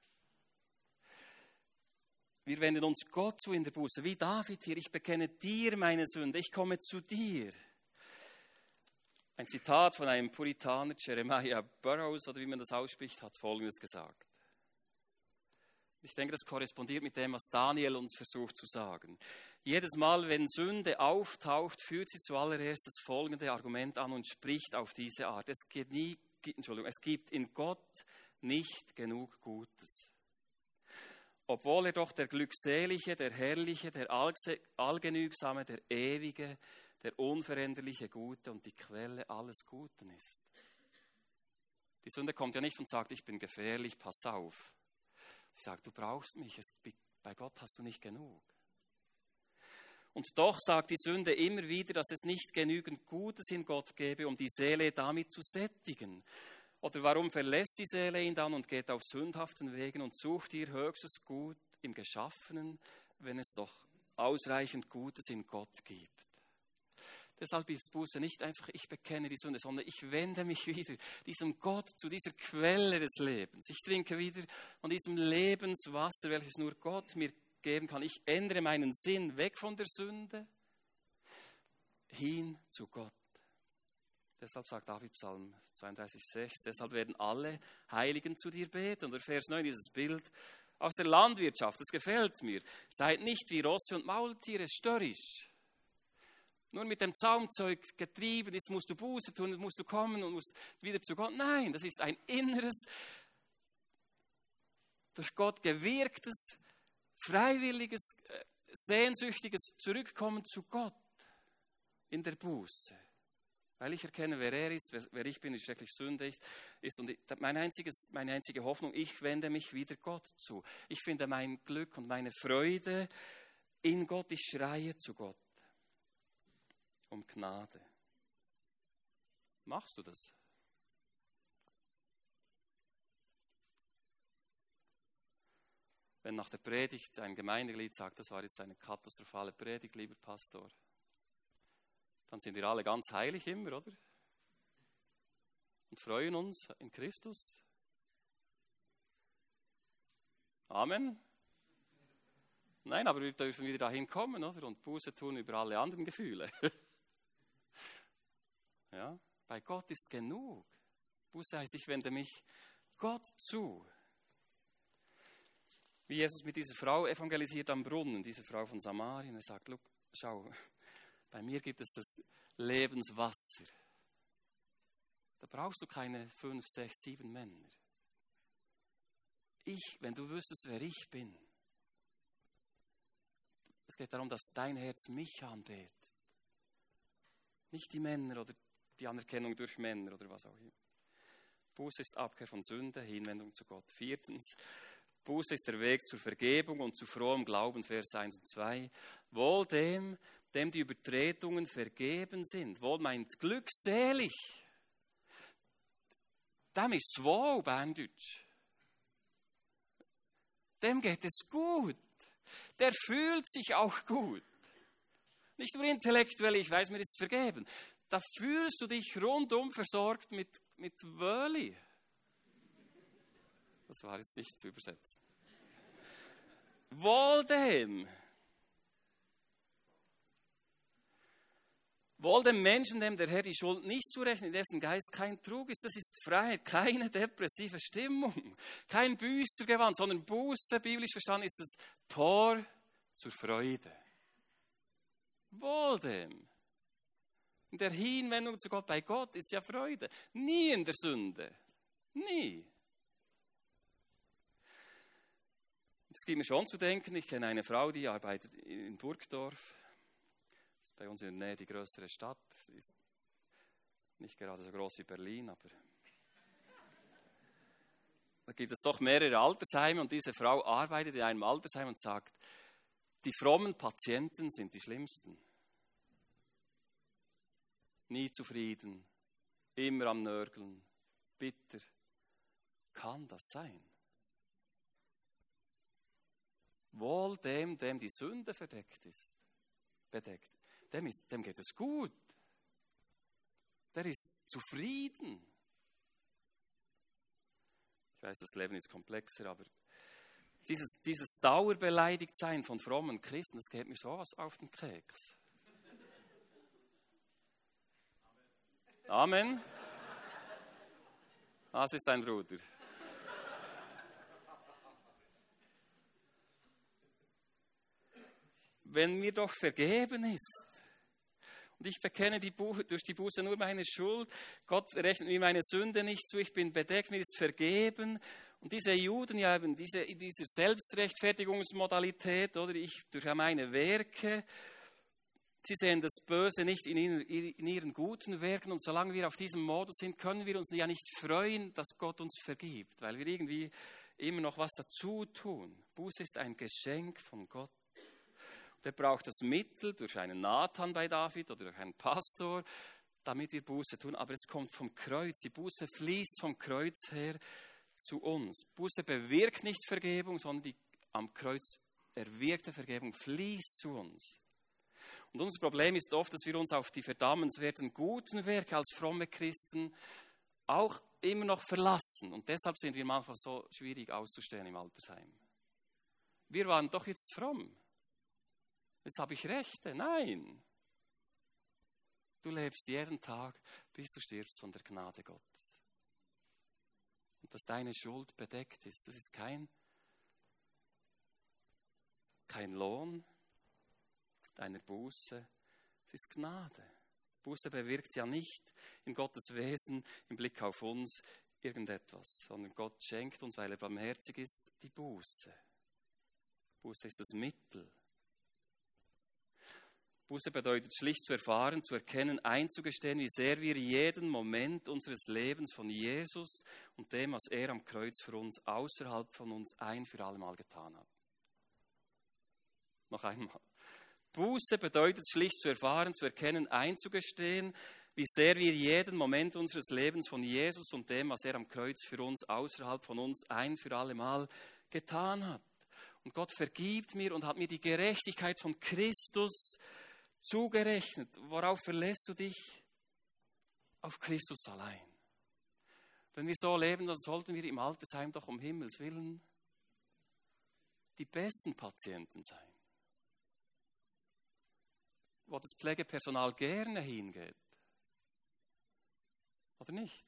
Wir wenden uns Gott zu in der Buße, wie David hier, ich bekenne dir meine Sünde, ich komme zu dir. Ein Zitat von einem Puritaner, Jeremiah Burroughs, oder wie man das ausspricht, hat Folgendes gesagt. Ich denke, das korrespondiert mit dem, was Daniel uns versucht zu sagen. Jedes Mal, wenn Sünde auftaucht, führt sie zuallererst das folgende Argument an und spricht auf diese Art. Es gibt, nie, Entschuldigung, es gibt in Gott nicht genug Gutes. Obwohl er doch der Glückselige, der Herrliche, der Allgenügsame, der Ewige, der unveränderliche Gute und die Quelle alles Guten ist. Die Sünde kommt ja nicht und sagt, ich bin gefährlich, pass auf. Sie sagt, du brauchst mich, es, bei Gott hast du nicht genug. Und doch sagt die Sünde immer wieder, dass es nicht genügend Gutes in Gott gäbe, um die Seele damit zu sättigen. Oder warum verlässt die Seele ihn dann und geht auf sündhaften Wegen und sucht ihr höchstes Gut im Geschaffenen, wenn es doch ausreichend Gutes in Gott gibt? Deshalb ist Buße nicht einfach, ich bekenne die Sünde, sondern ich wende mich wieder diesem Gott zu, dieser Quelle des Lebens. Ich trinke wieder von diesem Lebenswasser, welches nur Gott mir geben kann. Ich ändere meinen Sinn weg von der Sünde hin zu Gott. Deshalb sagt David Psalm zweiunddreißig, sechs, deshalb werden alle Heiligen zu dir beten. Und Vers neun, dieses Bild aus der Landwirtschaft, das gefällt mir. Seid nicht wie Rosse und Maultiere, störrisch. Nur mit dem Zaumzeug getrieben, jetzt musst du Buße tun, jetzt musst du kommen und musst wieder zu Gott. Nein, das ist ein inneres, durch Gott gewirktes, freiwilliges, sehnsüchtiges Zurückkommen zu Gott in der Buße. Weil ich erkenne, wer er ist, wer ich bin, wie schrecklich Sünde ist. ist und mein einziges, meine einzige Hoffnung, ich wende mich wieder Gott zu. Ich finde mein Glück und meine Freude in Gott. Ich schreie zu Gott um Gnade. Machst du das? Wenn nach der Predigt ein Gemeindeglied sagt, das war jetzt eine katastrophale Predigt, lieber Pastor, dann sind wir alle ganz heilig immer, oder? Und freuen uns in Christus. Amen. Nein, aber wir dürfen wieder dahin kommen, oder? Und Buße tun über alle anderen Gefühle. Ja, bei Gott ist genug. Buße heißt, ich wende mich Gott zu. Wie Jesus mit dieser Frau evangelisiert am Brunnen, diese Frau von Samarien, er sagt, schau, bei mir gibt es das Lebenswasser. Da brauchst du keine fünf, sechs, sieben Männer. Ich, wenn du wüsstest, wer ich bin. Es geht darum, dass dein Herz mich anbetet. Nicht die Männer oder die Anerkennung durch Männer oder was auch immer. Buße ist Abkehr von Sünde, Hinwendung zu Gott. Viertens, Buße ist der Weg zur Vergebung und zu frohem Glauben, Vers eins und zwei. Wohl dem, dem die Übertretungen vergeben sind. Wohl meint glückselig. Dem ist wohl, Berndeutsch. dem geht es gut. Der fühlt sich auch gut. Nicht nur intellektuell, ich weiß, mir ist vergeben. Da fühlst du dich rundum versorgt mit, mit Wöli. Das war jetzt nicht zu übersetzen. Wohl dem. Wohl dem Menschen, dem der Herr die Schuld nicht zurechnet, in dessen Geist kein Trug ist. Das ist Freiheit, keine depressive Stimmung, kein Büßergewand, sondern Buße, biblisch verstanden, ist das Tor zur Freude. Wohl dem. In der Hinwendung zu Gott, bei Gott ist ja Freude. Nie in der Sünde. Nie. Es gibt mir schon zu denken, ich kenne eine Frau, die arbeitet in Burgdorf. Das ist bei uns in der Nähe die größere Stadt. Ist nicht gerade so groß wie Berlin, aber da gibt es doch mehrere Altersheime und diese Frau arbeitet in einem Altersheim und sagt, die frommen Patienten sind die schlimmsten. Nie zufrieden, immer am Nörgeln, bitter. Kann das sein? Wohl dem, dem die Sünde verdeckt ist, bedeckt, dem, ist, dem geht es gut. Der ist zufrieden. Ich weiß, das Leben ist komplexer, aber dieses, dieses Dauerbeleidigtsein von frommen Christen, das geht mir sowas auf den Keks. Amen. Das ist dein Bruder. Wenn mir doch vergeben ist und ich bekenne die Bu- durch die Buße nur meine Schuld, Gott rechnet mir meine Sünde nicht zu, ich bin bedeckt, mir ist vergeben. Und diese Juden, ja eben diese, in dieser Selbstrechtfertigungsmodalität, oder ich durch meine Werke, sie sehen das Böse nicht in ihren, in ihren guten Werken und solange wir auf diesem Modus sind, können wir uns ja nicht freuen, dass Gott uns vergibt, weil wir irgendwie immer noch was dazu tun. Buße ist ein Geschenk von Gott. Der braucht das Mittel durch einen Nathan bei David oder durch einen Pastor, damit wir Buße tun. Aber es kommt vom Kreuz. Die Buße fließt vom Kreuz her zu uns. Buße bewirkt nicht Vergebung, sondern die am Kreuz erwirkte Vergebung fließt zu uns. Und unser Problem ist oft, dass wir uns auf die verdammenswerten guten Werke als fromme Christen auch immer noch verlassen. Und deshalb sind wir manchmal so schwierig auszustehen im Altersheim. Wir waren doch jetzt fromm. Jetzt habe ich Rechte. Nein. Du lebst jeden Tag, bis du stirbst von der Gnade Gottes. Und dass deine Schuld bedeckt ist, das ist kein, kein Lohn deiner Buße, es ist Gnade. Buße bewirkt ja nicht in Gottes Wesen, im Blick auf uns, irgendetwas, sondern Gott schenkt uns, weil er barmherzig ist, die Buße. Buße ist das Mittel. Buße bedeutet schlicht zu erfahren, zu erkennen, einzugestehen, wie sehr wir jeden Moment unseres Lebens von Jesus und dem, was er am Kreuz für uns, außerhalb von uns ein für alle Mal getan hat. Noch einmal. Buße bedeutet schlicht zu erfahren, zu erkennen, einzugestehen, wie sehr wir jeden Moment unseres Lebens von Jesus und dem, was er am Kreuz für uns, außerhalb von uns ein für alle Mal getan hat. Und Gott vergibt mir und hat mir die Gerechtigkeit von Christus zugerechnet. Worauf verlässt du dich? Auf Christus allein. Wenn wir so leben, dann sollten wir im Altersheim doch um Himmels Willen die besten Patienten sein. Wo das Pflegepersonal gerne hingeht. Oder nicht?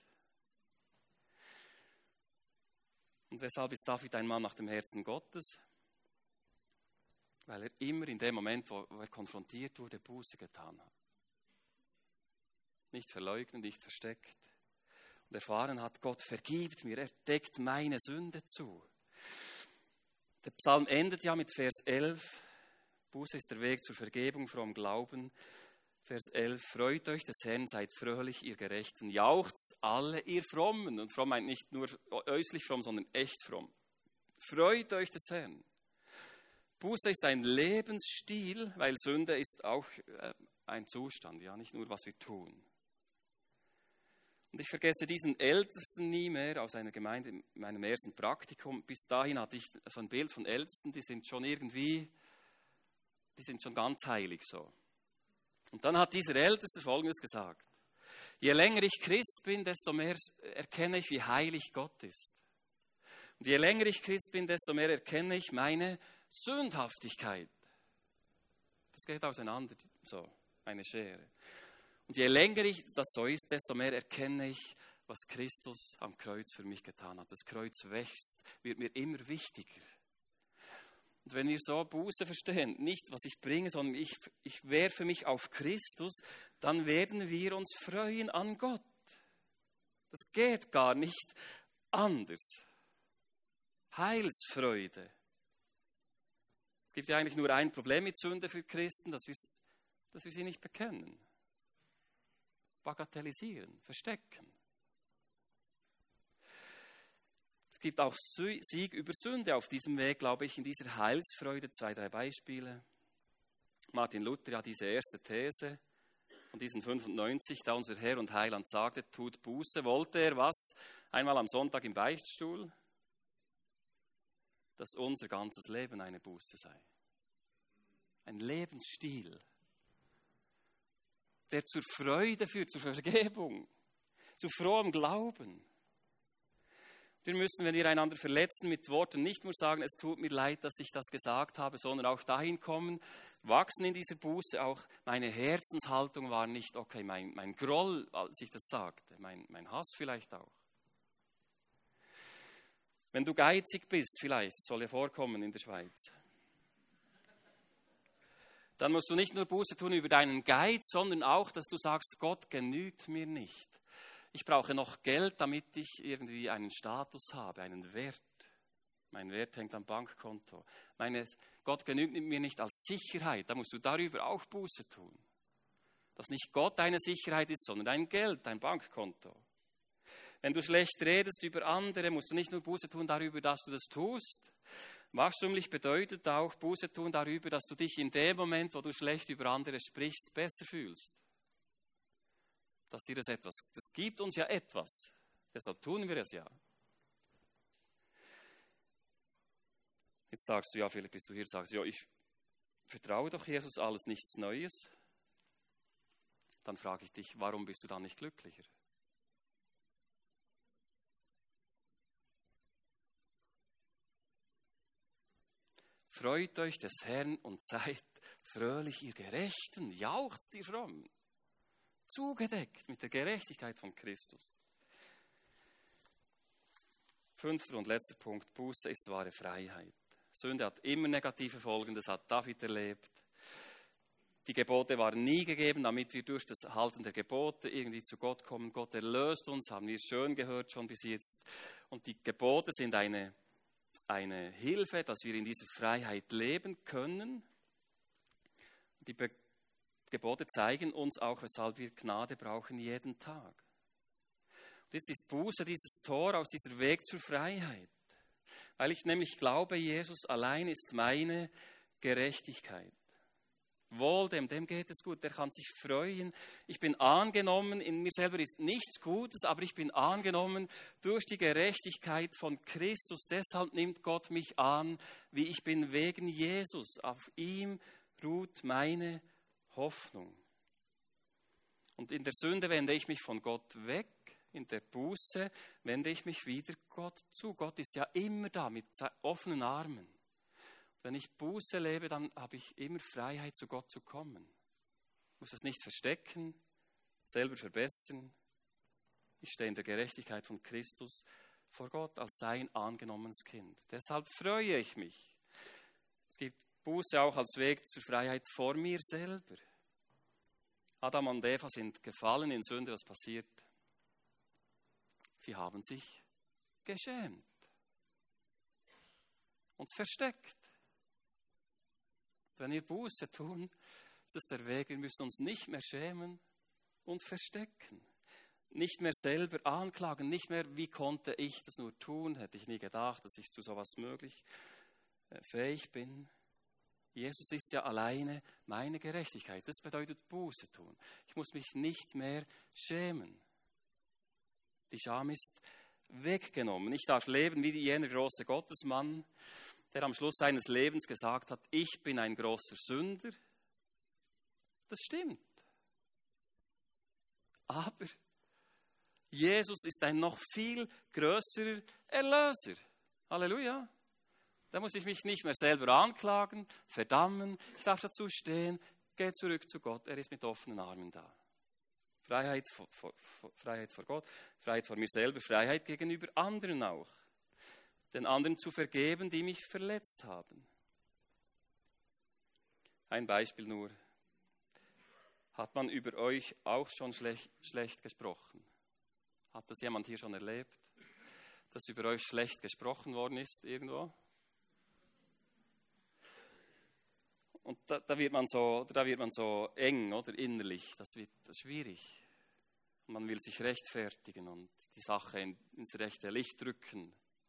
Und weshalb ist David ein Mann nach dem Herzen Gottes? Weil er immer in dem Moment, wo er konfrontiert wurde, Buße getan hat. Nicht verleugnet, nicht versteckt. Und erfahren hat, Gott vergibt mir, er deckt meine Sünde zu. Der Psalm endet ja mit Vers elf. Buße ist der Weg zur Vergebung, fromm Glauben. Vers elf, freut euch des Herrn, seid fröhlich, ihr Gerechten. Jauchzt alle, ihr Frommen. Und fromm meint nicht nur äußerlich fromm, sondern echt fromm. Freut euch des Herrn. Buße ist ein Lebensstil, weil Sünde ist auch ein Zustand, ja, nicht nur, was wir tun. Und ich vergesse diesen Ältesten nie mehr aus einer Gemeinde in meinem ersten Praktikum. Bis dahin hatte ich so ein Bild von Ältesten, die sind schon irgendwie, die sind schon ganz heilig so. Und dann hat dieser Älteste Folgendes gesagt: Je länger ich Christ bin, desto mehr erkenne ich, wie heilig Gott ist. Und je länger ich Christ bin, desto mehr erkenne ich meine Sündhaftigkeit. Das geht auseinander, so eine Schere. Und je länger ich das so ist, desto mehr erkenne ich, was Christus am Kreuz für mich getan hat. Das Kreuz wächst, wird mir immer wichtiger. Und wenn wir so Buße verstehen, nicht was ich bringe, sondern ich, ich werfe mich auf Christus, dann werden wir uns freuen an Gott. Das geht gar nicht anders. Heilsfreude. Es gibt ja eigentlich nur ein Problem mit Sünde für Christen, dass wir, dass wir sie nicht bekennen. Bagatellisieren, verstecken. Es gibt auch Sieg über Sünde auf diesem Weg, glaube ich, in dieser Heilsfreude. Zwei, drei Beispiele. Martin Luther hat diese erste These von diesen fünfundneunzig, da unser Herr und Heiland sagte, tut Buße, wollte er was? Einmal am Sonntag im Beichtstuhl, dass unser ganzes Leben eine Buße sei. Ein Lebensstil, der zur Freude führt, zur Vergebung, zu frohem Glauben. Wir müssen, wenn wir einander verletzen, mit Worten nicht nur sagen, es tut mir leid, dass ich das gesagt habe, sondern auch dahin kommen, wachsen in dieser Buße. Auch meine Herzenshaltung war nicht, okay, mein, mein Groll, als ich das sagte, mein, mein Hass vielleicht auch. Wenn du geizig bist, vielleicht, soll ja vorkommen in der Schweiz, dann musst du nicht nur Buße tun über deinen Geiz, sondern auch, dass du sagst, Gott genügt mir nicht. Ich brauche noch Geld, damit ich irgendwie einen Status habe, einen Wert. Mein Wert hängt am Bankkonto. Meine, Gott genügt mir nicht als Sicherheit, da musst du darüber auch Buße tun. Dass nicht Gott deine Sicherheit ist, sondern dein Geld, dein Bankkonto. Wenn du schlecht redest über andere, musst du nicht nur Buße tun darüber, dass du das tust. Wachstumlich bedeutet auch Buße tun darüber, dass du dich in dem Moment, wo du schlecht über andere sprichst, besser fühlst. Dass dir das etwas, das gibt uns ja etwas. Deshalb tun wir es ja. Jetzt sagst du, ja, vielleicht bist du hier, sagst, ja, ich vertraue doch Jesus alles, nichts Neues. Dann frage ich dich, warum bist du dann nicht glücklicher? Freut euch des Herrn und seid fröhlich, ihr Gerechten, jauchzt ihr fromm. Zugedeckt mit der Gerechtigkeit von Christus. Fünfter und letzter Punkt, Buße ist wahre Freiheit. Sünde hat immer negative Folgen, das hat David erlebt. Die Gebote waren nie gegeben, damit wir durch das Halten der Gebote irgendwie zu Gott kommen. Gott erlöst uns, haben wir schön gehört schon bis jetzt. Und die Gebote sind eine, eine Hilfe, dass wir in dieser Freiheit leben können. Die Be- Gebote zeigen uns auch, weshalb wir Gnade brauchen jeden Tag. Und jetzt ist Buße dieses Tor aus dieser Weg zur Freiheit. Weil ich nämlich glaube, Jesus allein ist meine Gerechtigkeit. Wohl dem, dem geht es gut, der kann sich freuen. Ich bin angenommen, in mir selber ist nichts Gutes, aber ich bin angenommen durch die Gerechtigkeit von Christus. Deshalb nimmt Gott mich an, wie ich bin, wegen Jesus. Auf ihm ruht meine Hoffnung. Und in der Sünde wende ich mich von Gott weg. In der Buße wende ich mich wieder Gott zu. Gott ist ja immer da mit offenen Armen. Wenn ich Buße lebe, dann habe ich immer Freiheit, zu Gott zu kommen. Ich muss es nicht verstecken, selber verbessern. Ich stehe in der Gerechtigkeit von Christus vor Gott als sein angenommenes Kind. Deshalb freue ich mich. Es gibt Buße auch als Weg zur Freiheit vor mir selber. Adam und Eva sind gefallen in Sünde. Was passiert? Sie haben sich geschämt und versteckt. Wenn wir Buße tun, ist es der Weg, wir müssen uns nicht mehr schämen und verstecken. Nicht mehr selber anklagen, nicht mehr, wie konnte ich das nur tun, hätte ich nie gedacht, dass ich zu sowas möglich äh, fähig bin. Jesus ist ja alleine meine Gerechtigkeit. Das bedeutet Buße tun. Ich muss mich nicht mehr schämen. Die Scham ist weggenommen. Ich darf leben wie jener große Gottesmann, der am Schluss seines Lebens gesagt hat, ich bin ein großer Sünder. Das stimmt. Aber Jesus ist ein noch viel größerer Erlöser. Halleluja. Da muss ich mich nicht mehr selber anklagen, verdammen. Ich darf dazu stehen, gehe zurück zu Gott. Er ist mit offenen Armen da. Freiheit vor, vor, Freiheit vor Gott, Freiheit vor mir selber, Freiheit gegenüber anderen auch. Den anderen zu vergeben, die mich verletzt haben. Ein Beispiel nur. Hat man über euch auch schon schlecht, schlecht gesprochen? Hat das jemand hier schon erlebt, dass über euch schlecht gesprochen worden ist irgendwo? Und da, da, wird man so, da wird man so eng, oder innerlich. Das wird das schwierig. Man will sich rechtfertigen und die Sache in, ins rechte Licht drücken.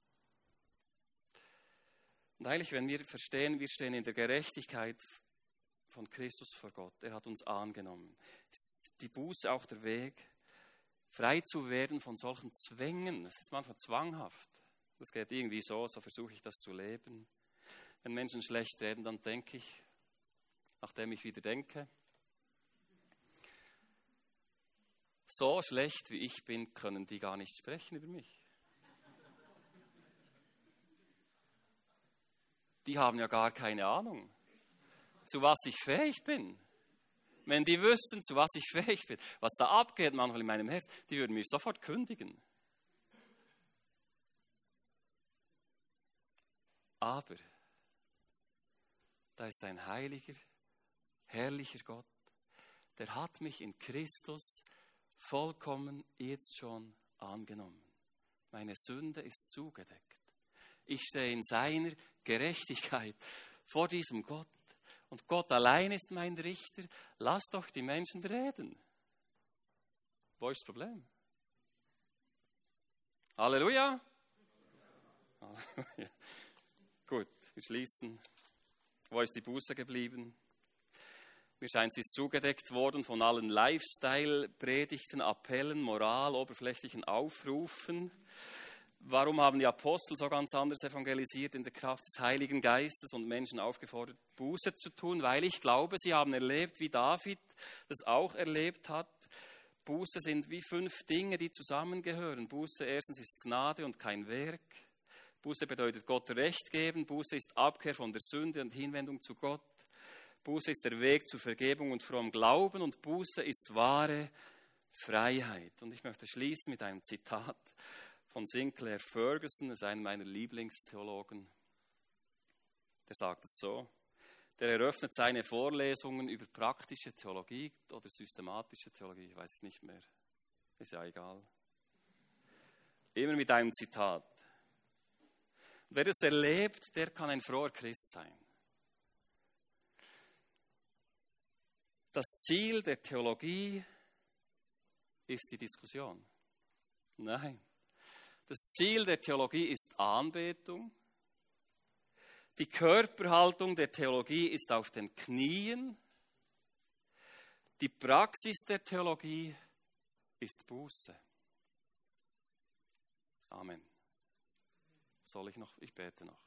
Und eigentlich, wenn wir verstehen, wir stehen in der Gerechtigkeit von Christus vor Gott. Er hat uns angenommen. Ist die Buße auch der Weg, frei zu werden von solchen Zwängen? Das ist manchmal zwanghaft. Das geht irgendwie so, so versuche ich das zu leben. Wenn Menschen schlecht reden, dann denke ich, nachdem ich wieder denke, so schlecht wie ich bin, können die gar nicht sprechen über mich. Die haben ja gar keine Ahnung, zu was ich fähig bin. Wenn die wüssten, zu was ich fähig bin, was da abgeht manchmal in meinem Herz, die würden mich sofort kündigen. Aber da ist ein heiliger, herrlicher Gott, der hat mich in Christus vollkommen jetzt schon angenommen. Meine Sünde ist zugedeckt. Ich stehe in seiner Gerechtigkeit vor diesem Gott. Und Gott allein ist mein Richter. Lass doch die Menschen reden. Wo ist das Problem? Halleluja. Halleluja. Gut, wir schließen. Wo ist die Buße geblieben? Mir scheint, sie ist zugedeckt worden von allen Lifestyle-Predigten, Appellen, Moral, oberflächlichen Aufrufen. Warum haben die Apostel so ganz anders evangelisiert in der Kraft des Heiligen Geistes und Menschen aufgefordert, Buße zu tun? Weil ich glaube, sie haben erlebt, wie David das auch erlebt hat. Buße sind wie fünf Dinge, die zusammengehören. Buße erstens ist Gnade und kein Werk. Buße bedeutet Gott Recht geben. Buße ist Abkehr von der Sünde und Hinwendung zu Gott. Buße ist der Weg zur Vergebung und fromm Glauben. Und Buße ist wahre Freiheit. Und ich möchte schließen mit einem Zitat von Sinclair Ferguson, das ist einer meiner Lieblingstheologen. Der sagt es so: Der eröffnet seine Vorlesungen über praktische Theologie oder systematische Theologie, ich weiß es nicht mehr, ist ja egal. Immer mit einem Zitat. Wer das erlebt, der kann ein froher Christ sein. Das Ziel der Theologie ist die Diskussion. Nein. Das Ziel der Theologie ist Anbetung. Die Körperhaltung der Theologie ist auf den Knien. Die Praxis der Theologie ist Buße. Amen. Soll ich noch? Ich bete noch.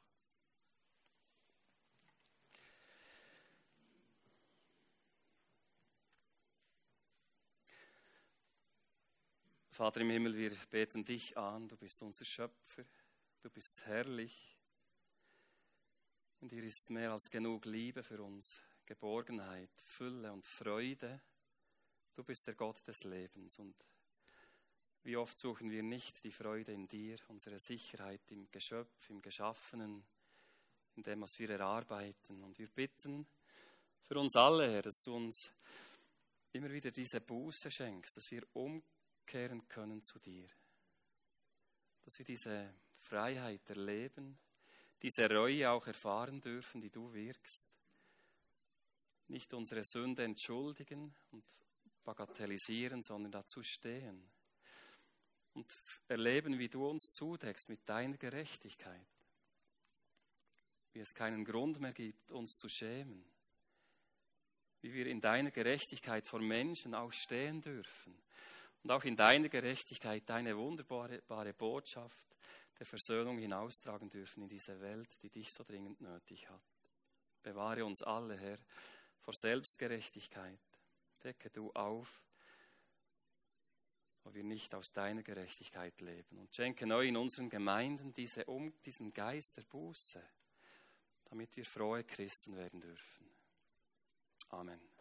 Vater im Himmel, wir beten dich an. Du bist unser Schöpfer. Du bist herrlich. In dir ist mehr als genug Liebe für uns, Geborgenheit, Fülle und Freude. Du bist der Gott des Lebens. Und wie oft suchen wir nicht die Freude in dir, unsere Sicherheit im Geschöpf, im Geschaffenen, in dem, was wir erarbeiten. Und wir bitten für uns alle, Herr, dass du uns immer wieder diese Buße schenkst, dass wir umkehren können zu dir. Dass wir diese Freiheit erleben, diese Reue auch erfahren dürfen, die du wirkst. Nicht unsere Sünde entschuldigen und bagatellisieren, sondern dazu stehen. Und erleben, wie du uns zudeckst mit deiner Gerechtigkeit. Wie es keinen Grund mehr gibt, uns zu schämen. Wie wir in deiner Gerechtigkeit vor Menschen auch stehen dürfen. und auch in deiner Gerechtigkeit deine wunderbare Botschaft der Versöhnung hinaustragen dürfen in diese Welt, die dich so dringend nötig hat. Bewahre uns alle, Herr, vor Selbstgerechtigkeit. Decke du auf, wo wir nicht aus deiner Gerechtigkeit leben. Und schenke neu in unseren Gemeinden diese, um, diesen Geist der Buße, damit wir frohe Christen werden dürfen. Amen.